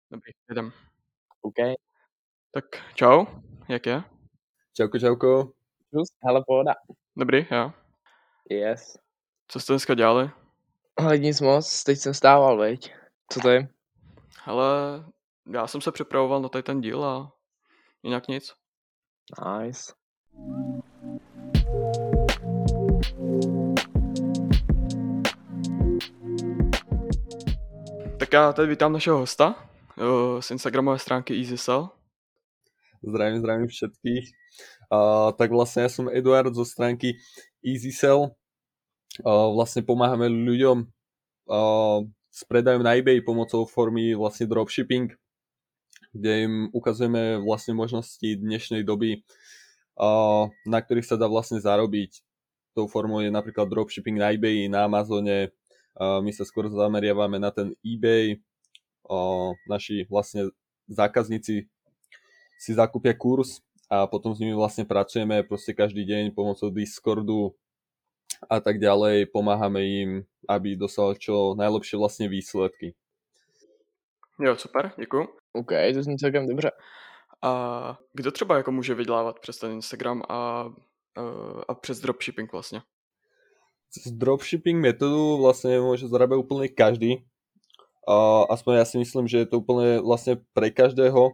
Dobrý, jedem. OK. Tak čau, jak je? Čauko, čauko. Čus, hele, pohoda. Dobrý, jo. Yes. Co jste dneska dělali? Ale nic moc, teď jsem stával, veď. Co to je? Hele, já jsem se připravoval na tady ten díl a jinak nic. Nice. Tak já tady vítám našeho hosta z Instagramové stránky EasySell. Zdravím všetkých. Tak vlastne ja som Eduard zo stránky EasySell. Vlastne pomáhame ľuďom s predajom na eBay pomocou formy vlastne dropshipping, kde im ukazujeme vlastne možnosti dnešnej doby, na ktorých sa dá vlastne zarobiť. Tou formou je napríklad dropshipping na eBay, na Amazone. My sa skôr zameriavame na ten eBay. Naši vlastne zákazníci si zakúpia kurz a potom s nimi vlastne pracujeme proste každý deň pomocou Discordu a tak ďalej. Pomáhame im, aby dosali čo najlepšie vlastne výsledky. Jo, super, děkuju. OK, to zní celkem dobře. A kdo třeba jako může vydělávat přes ten Instagram a přes dropshipping vlastně? Z dropshipping metodu vlastne môže zarábať úplne každý. Aspoň ja si myslím, že je to úplne vlastne pre každého.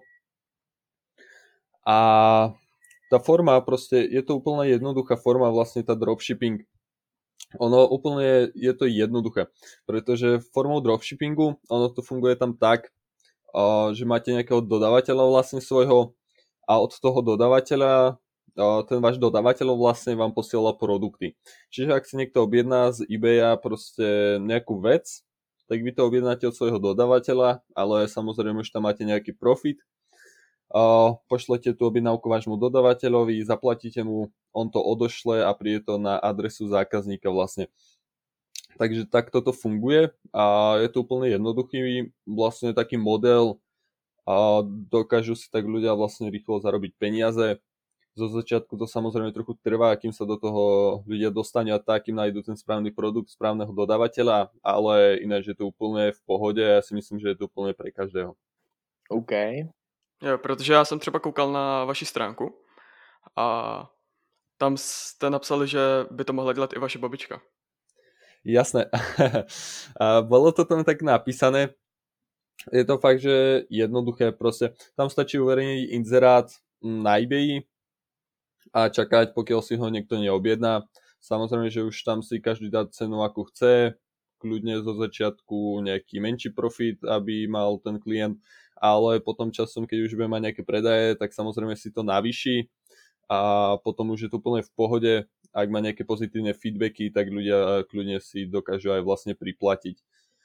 A tá forma proste, je to úplne jednoduchá forma vlastne tá dropshipping. Ono úplne je to jednoduché, pretože formou dropshippingu ono to funguje tam tak, že máte nejakého dodávateľa vlastne svojho a od toho dodávateľa ten váš dodávateľ vlastne vám posiela produkty. Čiže ak si niekto objedná z eBaya proste nejakú vec, tak vy to objednáte od svojho dodávateľa, ale samozrejme už tam máte nejaký profit. Pošlete tú objednávku vášmu dodávateľovi, zaplatíte mu, on to odošle a príde to na adresu zákazníka vlastne. Takže takto to funguje a je to úplne jednoduchý vlastne taký model a dokážu si tak ľudia vlastne rýchlo zarobiť peniaze. Zo začiatku to samozrejme trochu trvá, kým sa do toho ľudia dostanú a tak, kým nájdú ten správny produkt, správneho dodávateľa, ale ináč je to úplne v pohode a ja si myslím, že je to úplne pre každého. OK. Jo, protože já jsem třeba koukal na vaši stránku a tam jste napsali, že by to mohla dělat i vaše babička. Jasné. A bolo to tam tak napísané. Je to fakt, že jednoduché, proste tam stačí uverejniť inzerát na eBay a čakať, pokiaľ si ho niekto neobjedná. Samozrejme, že už tam si každý dá cenu, akú chce, kľudne zo začiatku nejaký menší profit, aby mal ten klient, ale potom časom, keď už bude mať nejaké predaje, tak samozrejme si to navýši a potom už je to úplne v pohode. Ak má nejaké pozitívne feedbacky, tak ľudia kľudne si dokážu aj vlastne priplatiť.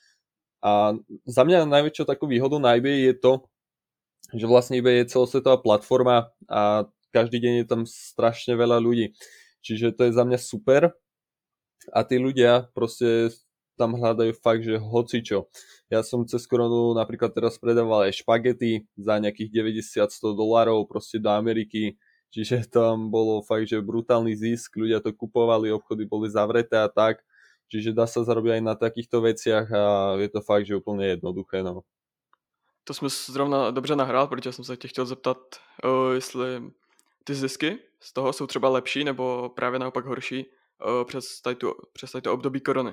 A za mňa najväčšou takú výhodou na eBay je to, že vlastne eBay je celosvetová platforma a každý deň je tam strašne veľa ľudí. Čiže to je za mňa super a tí ľudia proste tam hľadajú fakt, že hocičo. Ja som cez koronu napríklad teraz predával aj špagety za nejakých $90-100 proste do Ameriky, čiže tam bolo fakt, že brutálny zisk, ľudia to kupovali, obchody boli zavreté a tak, čiže dá sa zarobiť aj na takýchto veciach a je to fakt, že úplne jednoduché, no. To jsme zrovna dobře nahrál, protože jsem se tě chtěl zeptat, jestli ty zisky z toho jsou třeba lepší nebo právě naopak horší přes tady to období korony.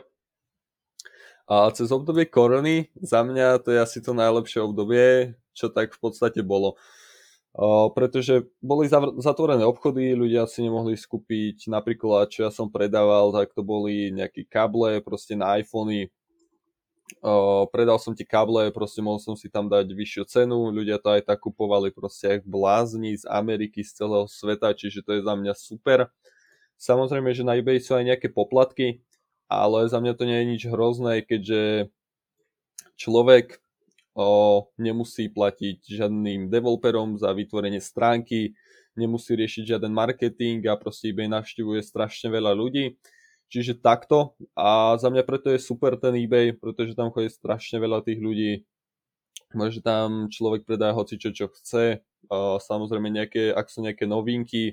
A cez obdobie korony za mňa to je asi to najlepšie obdobie, čo tak v podstate bolo. Pretože boli zatvorené obchody, ľudia si nemohli skúpiť napríklad, čo ja som predával, tak to boli nejaké káble proste na iPhony. Predal som ti káble, proste mohol som si tam dať vyššiu cenu, ľudia to aj tak kupovali proste aj blázni z Ameriky, z celého sveta, čiže to je za mňa super. Samozrejme, že na eBay sú aj nejaké poplatky, ale za mňa to nie je nič hrozné, keďže človek nemusí platiť žiadnym developerom za vytvorenie stránky, nemusí riešiť žiaden marketing a proste eBay navštevuje strašne veľa ľudí. Čiže takto a za mňa preto je super ten eBay, pretože tam chodí strašne veľa tých ľudí. Môže tam človek predať hocičo, čo chce. Samozrejme, ak sú nejaké novinky,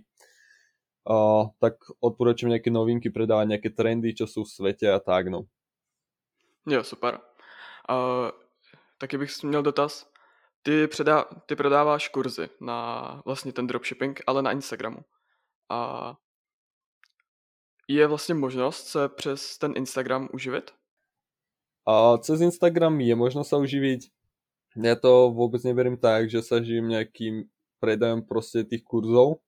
tak odporúčam nejaké novinky, predávať nejaké trendy, čo sú v svete a tak, no. Jo, super. Taky bych měl dotaz. Ty prodáváš kurzy na vlastně ten dropshipping, ale na Instagramu. A je vlastně možnost se přes ten Instagram uživit? A cez Instagram je možno sa uživiť. Ja to vôbec neberiem tak, že sa živím nejakým predajom proste tých kurzov.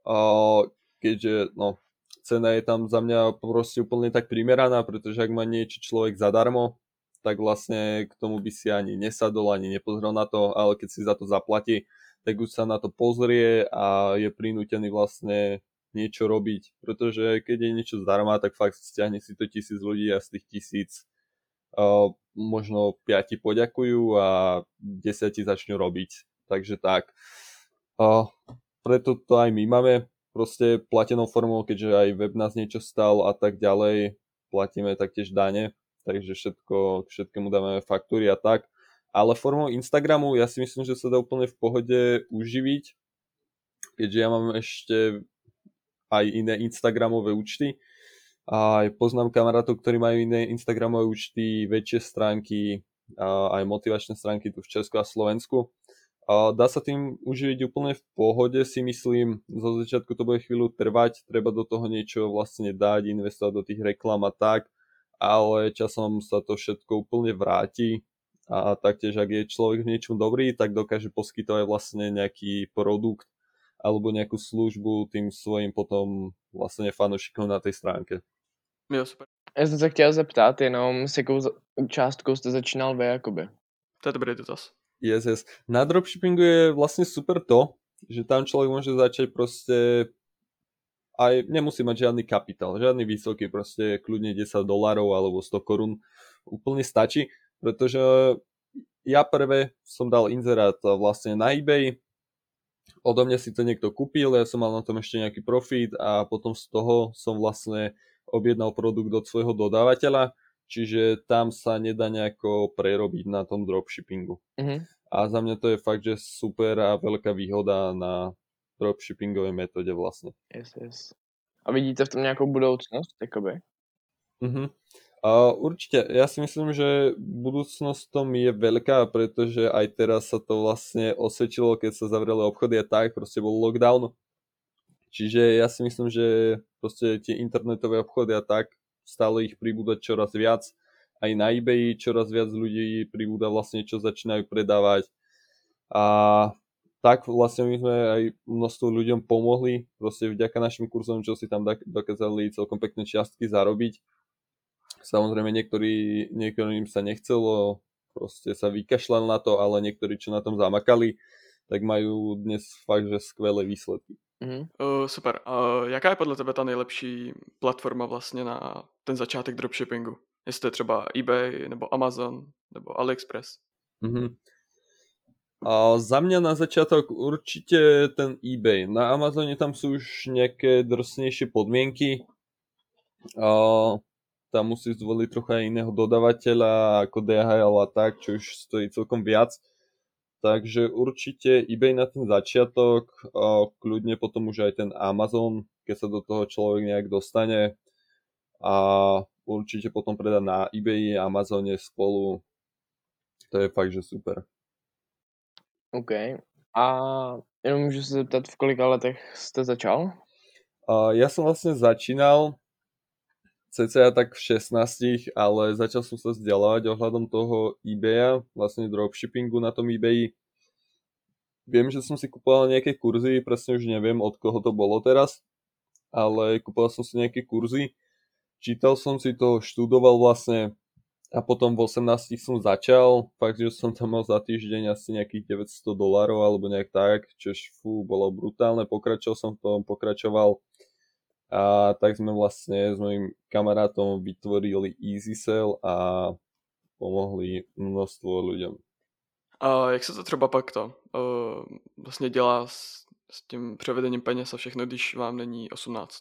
Keďže no, cena je tam za mňa proste úplne tak primeraná, pretože ak má niečo človek zadarmo, tak vlastne k tomu by si ani nesadol, ani nepozrel na to, ale keď si za to zaplatí, tak už sa na to pozrie a je prinútený vlastne niečo robiť. Pretože keď je niečo zdarma, tak fakt stiahne si to 1000 ľudí a z tých 1000 možno 5 poďakujú a 10 začnú robiť. Takže tak. Preto to aj my máme proste platenou formou, keďže aj web nás niečo stal a tak ďalej. Platíme taktiež dane, takže všetkému dávame faktúry a tak. Ale formou Instagramu ja si myslím, že sa dá úplne v pohode uživiť, keďže ja mám ešte aj iné Instagramové účty. A aj poznám kamarátov, ktorí majú iné Instagramové účty, väčšie stránky, aj motivačné stránky tu v Česku a Slovensku. Dá sa tým uživiť úplne v pohode, si myslím. Zo začiatku to bude chvíľu trvať, treba do toho niečo vlastne dať, investovať do tých reklam a tak, ale časom sa to všetko úplne vráti. A taktiež, ak je človek v niečom dobrý, tak dokáže poskytovať vlastne nejaký produkt alebo nejakú službu tým svojim potom vlastne fanúšikom na tej stránke. Jo, super. Já jsem se chtěl zeptat jenom, s jakou částkou jste začínal vy, jakoby. To je dobrý dotaz. Yes. Na dropshippingu je vlastne super to, že tam človek môže začať proste aj nemusí mať žiadny kapitál, žiadny vysoký, proste kľudne $10 alebo 100 korún úplne stačí, pretože ja prvé som dal inzerát vlastne na eBay, odo mňa si to niekto kúpil, ja som mal na tom ešte nejaký profit a potom z toho som vlastne objednal produkt od svojho dodávateľa, čiže tam sa nedá nejako prerobiť na tom dropshippingu. A za mňa to je fakt, že super a veľká výhoda na dropshippingovej metóde vlastne. Yes. A vidíte v tom nějakou budoucnost, jakoby? Určite, ja si myslím, že budúcnosť tom je veľká, pretože aj teraz sa to vlastne osvedčilo, keď sa zavreli obchody a tak, proste bol lockdown. Čiže ja si myslím, že proste tie internetové obchody a tak, stále ich pribúda čoraz viac. Aj na eBay čoraz viac ľudí pribúda vlastne, čo začínajú predávať. A tak vlastne my sme aj množstvo ľuďom pomohli, proste vďaka našim kurzom, čo si tam dokázali celkom pekné čiastky zarobiť. Samozrejme niektorým sa nechcelo, proste sa vykašľali na to, ale niektorí, čo na tom zamakali, tak majú dnes fakt, že skvelé výsledky. Super. Jaká je podle tebe ta nejlepší platforma vlastně na ten začátek dropshippingu? Jestli to je třeba eBay, nebo Amazon, nebo AliExpress? Za mňa na začiatok určite ten eBay. Na Amazone tam sú už nejaké drsnejšie podmienky. Tam musíš zvoliť trocha iného dodavateľa ako DHL a tak, čo už stojí celkom viac. Takže určite eBay na ten začiatok, kľudne potom už aj ten Amazon, keď sa do toho človek nejak dostane. A určite potom predať na eBay a Amazone spolu. To je fakt, že super. OK. A jenom můžu se zeptat, v kolika letech jste začal? Ja som vlastne začínal cca tak v 16, ale začal som sa vzdelávať ohľadom toho eBaya, vlastne dropshippingu na tom eBayi. Viem, že som si kupoval nejaké kurzy, presne už neviem, od koho to bolo teraz, ale kupoval som si nejaké kurzy, čítal som si to, študoval vlastne a potom v 18 som začal, fakt, že som tam mal za týždeň asi nejakých $900 alebo nejak tak, čož bolo brutálne, pokračoval a tak sme vlastne s mojim kamarátom vytvorili EasySell a pomohli množstvo ľuďom. A jak se to třeba pak vlastně dělá s tím převedením peněz a všechno, když vám není 18?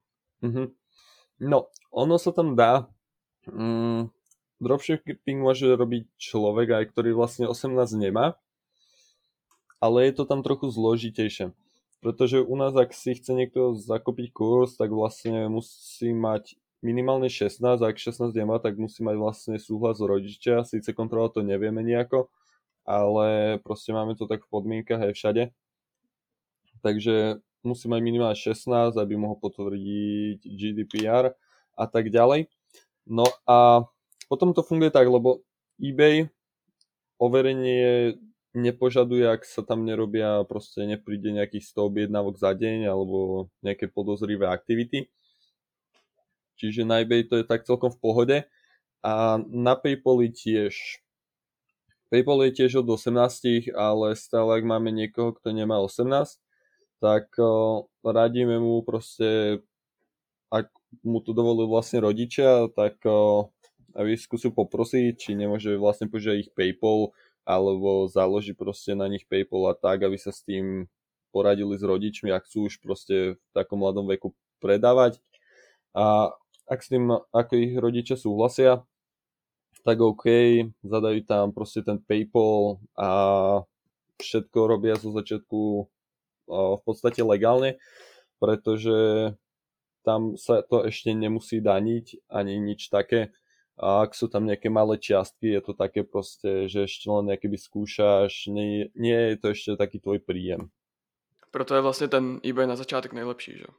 No, ono sa tam dá. Dropshipping môže robiť človek, aj ktorý vlastne 18 nemá, ale je to tam trochu zložitejšie. Pretože u nás, ak si chce niekto zakúpiť kurz, tak vlastne musí mať minimálne 16, a ak 16 nemá, tak musí mať vlastne súhlas rodičia, síce kontrolovať to nevieme nejako, ale proste máme to tak v podmienkach aj všade. Takže musí mať minimálne 16, aby mohol potvrdiť GDPR a tak ďalej. No a potom to funguje tak, lebo eBay overenie nepožaduje, ak sa tam nerobia, proste nepríde nejakých 100 objednávok za deň alebo nejaké podozrivé aktivity. Čiže na eBay to je tak celkom v pohode. A na PayPali tiež. PayPal je tiež od 18, ale stále ak máme niekoho, kto nemá 18, tak radíme mu proste, ak mu to dovolujú vlastne rodičia, tak aby skúsil poprosiť, či nemôže vlastne požiadať ich PayPal, alebo založí proste na nich PayPal a tak, aby sa s tým poradili s rodičmi, ak chcú už proste v takom mladom veku predávať. A ak s tým, ako ich rodičia súhlasia, tak OK, zadajú tam proste ten PayPal a všetko robia zo začiatku v podstate legálne, pretože tam sa to ešte nemusí daniť ani nič také. A ak sú tam nejaké malé čiastky, je to také proste, že ešte len keby skúšaš, nie je to ešte taký tvoj príjem. Proto je vlastně ten eBay na začátek nejlepší, že?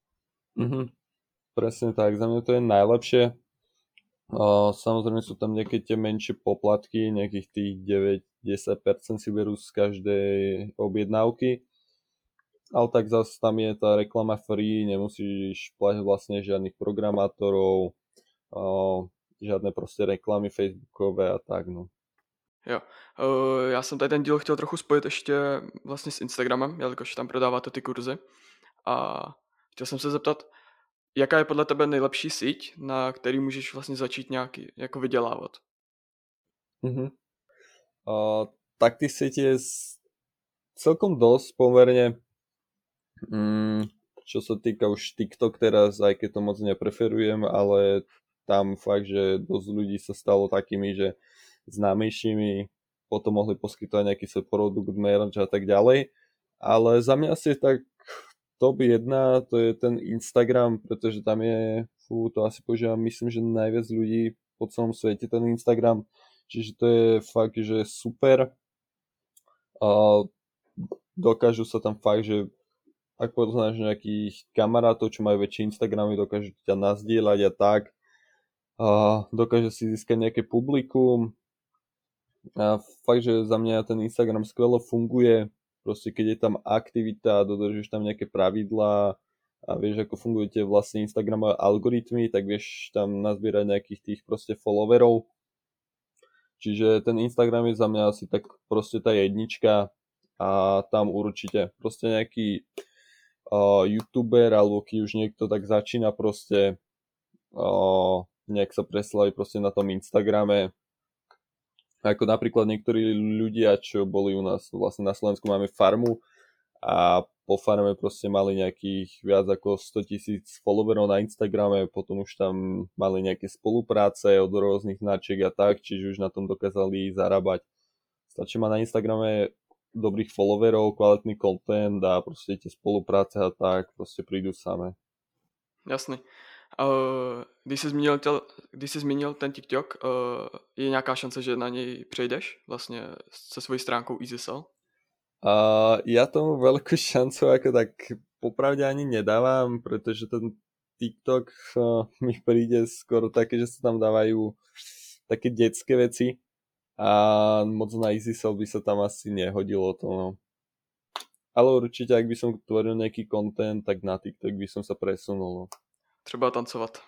Presne tak, za mňa to je najlepšie. Samozrejme sú tam nejaké tie menšie poplatky, nejakých tých 9-10% si berú z každej objednávky. Ale tak zase tam je tá reklama free, nemusíš platiť vlastne žiadnych programátorov, žádné prostě reklamy facebookové a tak, no. Jo. Já jsem tady ten díl chtěl trochu spojit ještě vlastně s Instagramem, jelikož tam prodáváte ty kurzy. A chtěl jsem se zeptat, jaká je podle tebe nejlepší síť, na který můžeš vlastně začít nějaký, jako vydělávat? Tak tých sietí je celkom dosť pomerne. Čo sa týka už TikTok teraz, aj keď to moc nepreferujem, ale tam fakt, že dosť ľudí sa stalo takými, že známejšími, potom mohli poskytovať nejaký svoj produkt, merch a tak ďalej. Ale za mňa asi tak top 1, to je ten Instagram, pretože tam je, to asi používam, myslím, že najviac ľudí po celom svete ten Instagram, čiže to je fakt, že super. Dokážu sa tam fakt, že ak poznáš nejakých kamarátov, čo majú väčšie Instagramy, dokážu ťa nazdieľať a tak. Dokáže si získať nejaké publikum. A fakt, že za mňa ten Instagram skvelo funguje. Proste keď je tam aktivita, dodržíš tam nejaké pravidlá a vieš, ako fungujú tie vlastne Instagramové algoritmy, tak vieš tam nazbierať nejakých tých proste followerov. Čiže ten Instagram je za mňa asi tak proste tá jednička a tam určite proste nejaký youtuber alebo keď už niekto tak začína proste nejak sa preslaví proste na tom Instagrame. Ako napríklad niektorí ľudia, čo boli u nás vlastne na Slovensku, máme farmu a po farme proste mali nejakých viac ako 100,000 followerov na Instagrame, potom už tam mali nejaké spolupráce od rôznych značiek a tak, čiže už na tom dokázali zarábať. Stačí mať na Instagrame dobrých followerov, kvalitný content a proste tie spolupráce a tak proste prídu samé. Jasný. Když jsi zmínil ten TikTok, je nějaká šance, že na něj přejdeš vlastně se svojí stránkou EasySell? Ja tomu veľkú šancu ako tak popravde ani nedávam, pretože ten TikTok mi príde skoro také, že sa tam dávajú také detské veci a moc na EasySell by sa tam asi nehodilo to, no. Ale určite, ak by som tvoril nejaký content, tak na TikTok by som sa presunul, no. Třeba tancovat.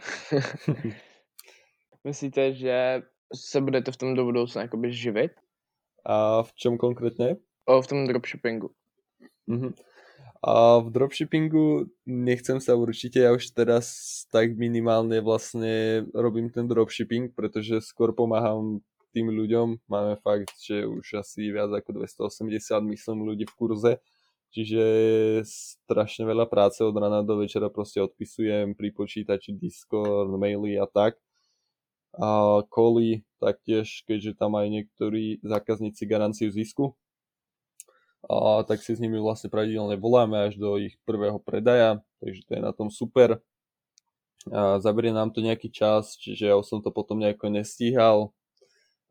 Myslíte, že se budete v tom do budoucna jakoby živit? A v čom konkrétne? V tom dropshippingu. A v dropshippingu nechcem sa určite, ja už teraz tak minimálne vlastne robím ten dropshipping, pretože skôr pomáham tým ľuďom. Máme fakt, že už asi viac ako 280 myslím ľudí v kurze, čiže strašne veľa práce od rána do večera proste odpisujem pri počítači, Discord, maily a tak. A cally taktiež, keďže tam aj niektorí zákazníci garanciu zisku, tak si s nimi vlastne pravidelne voláme až do ich prvého predaja, takže to je na tom super. Zaberie nám to nejaký čas, čiže ja som to potom nejako nestíhal.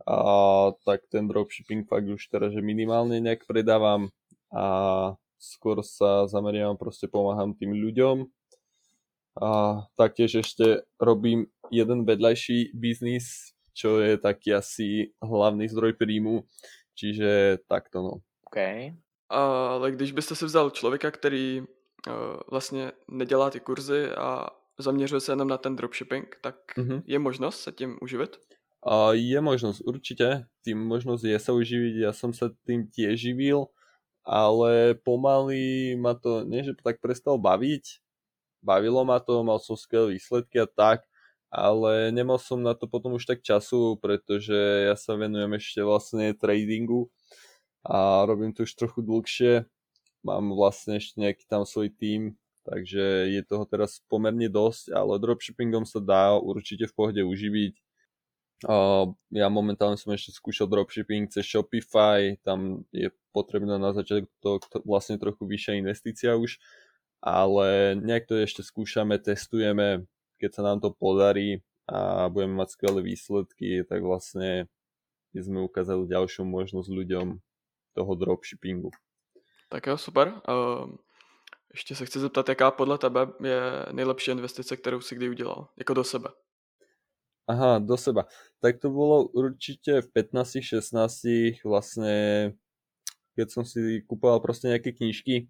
a tak ten dropshipping fakt už teraz, že minimálne nejak predávam a skôr sa zameriavam, proste pomáham tým ľuďom a taktiež ešte robím jeden vedľajší biznis, čo je taký asi hlavný zdroj príjmu, čiže takto no. OK. Ale když byste si vzal člověka, který vlastně nedělá ty kurzy a zaměřuje se jenom na ten dropshipping, tak je možnost se tím uživit? Je možnosť, určite. Tým možnosť je sa uživiť, ja som sa tým tiež živil, ale pomaly ma to, nie že tak prestalo baviť, bavilo ma to, mal som skvelé výsledky a tak, ale nemal som na to potom už tak času, pretože ja sa venujem ešte vlastne tradingu a robím to už trochu dlhšie, mám vlastne ešte nejaký tam svoj tím, takže je toho teraz pomerne dosť, ale dropshippingom sa dá určite v pohode uživiť. Ja momentálne som ešte skúšal dropshipping cez Shopify, tam je potrebná na začiatku vlastne trochu vyššia investícia už, ale nejak to ešte skúšame, testujeme, keď sa nám to podarí a budeme mať skvelé výsledky, tak vlastne sme ukázali ďalšiu možnosť ľuďom toho dropshippingu. Tak jo, super. Ještě se chci zeptat, jaká podle tebe je nejlepší investice, kterou si kdy udělal, jako do sebe? Aha, do seba. Tak to bolo určite v 15-16 vlastne, keď som si kupoval proste nejaké knižky.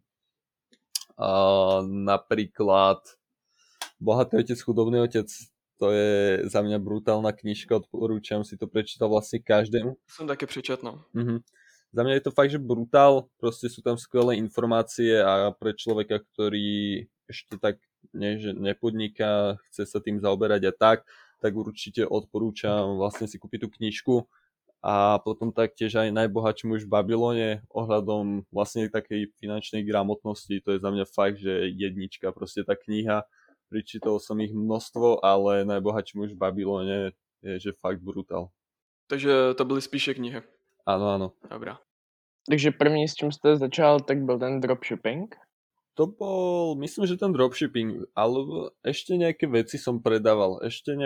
Napríklad Bohatý otec, chudobný otec. To je za mňa brutálna knižka, odporúčam si to prečítať vlastne každému. Som také přečet, no. Za mňa je to fakt, že brutál, proste sú tam skvelé informácie a pre človeka, ktorý ešte tak že nepodniká, chce sa tým zaoberať a tak určite odporúčam vlastne si kúpiť tú knižku a potom taktiež aj Najbohatší muž v Babylone ohľadom vlastne takej finančnej gramotnosti, to je za mňa fakt, že jednička, proste tá kniha, prečítal som ich množstvo, ale Najbohatší muž v Babylone je že fakt brutál. Takže to byly spíše knihy. Áno. Dobrá. Takže první, s čím jste začal, tak byl ten dropshipping? To bol, myslím, že ten dropshipping, alebo ešte nejaké veci som predával.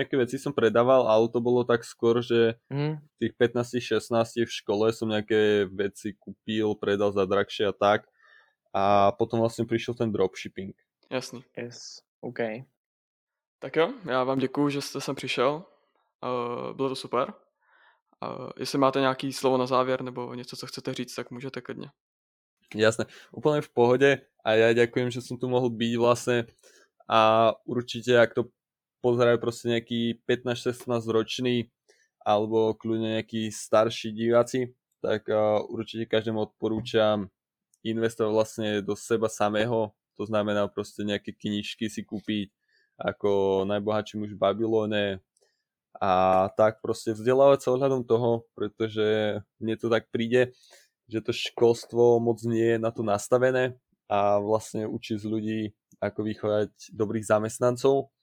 Ale to bolo tak skôr, že tých 15-16 v škole som nejaké veci kúpil, predal za drahšie a tak. A potom vlastne prišiel ten dropshipping. Jasný. Yes, OK. Tak jo, já vám děkuju, že jste sem přišel. Bylo to super. Jestli máte nějaký slovo na závěr nebo něco, co chcete říct, tak můžete klidně. Jasné, úplne v pohode a ja ďakujem, že som tu mohol byť vlastne a určite, ak to pozerajú proste nejaký 15-16 ročný alebo kľudne nejakí starší diváci, tak určite každému odporúčam investovať vlastne do seba samého, to znamená proste nejaké knižky si kúpiť ako Najbohatší muž v Babylone a tak proste vzdelávať sa ohľadom toho, pretože mne to tak príde, že to školstvo moc nie je na to nastavené a vlastne učí z ľudí, ako vychovať dobrých zamestnancov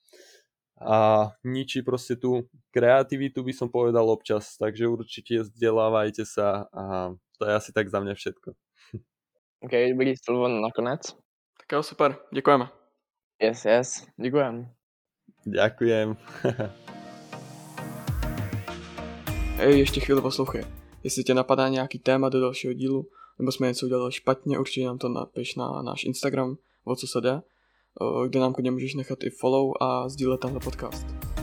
a ničí proste tú kreativitu, by som povedal občas, takže určite vzdelávajte sa a to je asi tak za mňa všetko. OK, dobrý slovo nakonec. Tak jo, super, děkujeme. Yes, děkujem. Ďakujem. Hej, ještě chvíli poslouchej. Jestli tě napadá nějaký téma do dalšího dílu, nebo jsme něco udělali špatně, určitě nám to napiš na náš Instagram, o co se jde, kde nám klidně můžeš nechat i follow a sdílet tenhle podcast.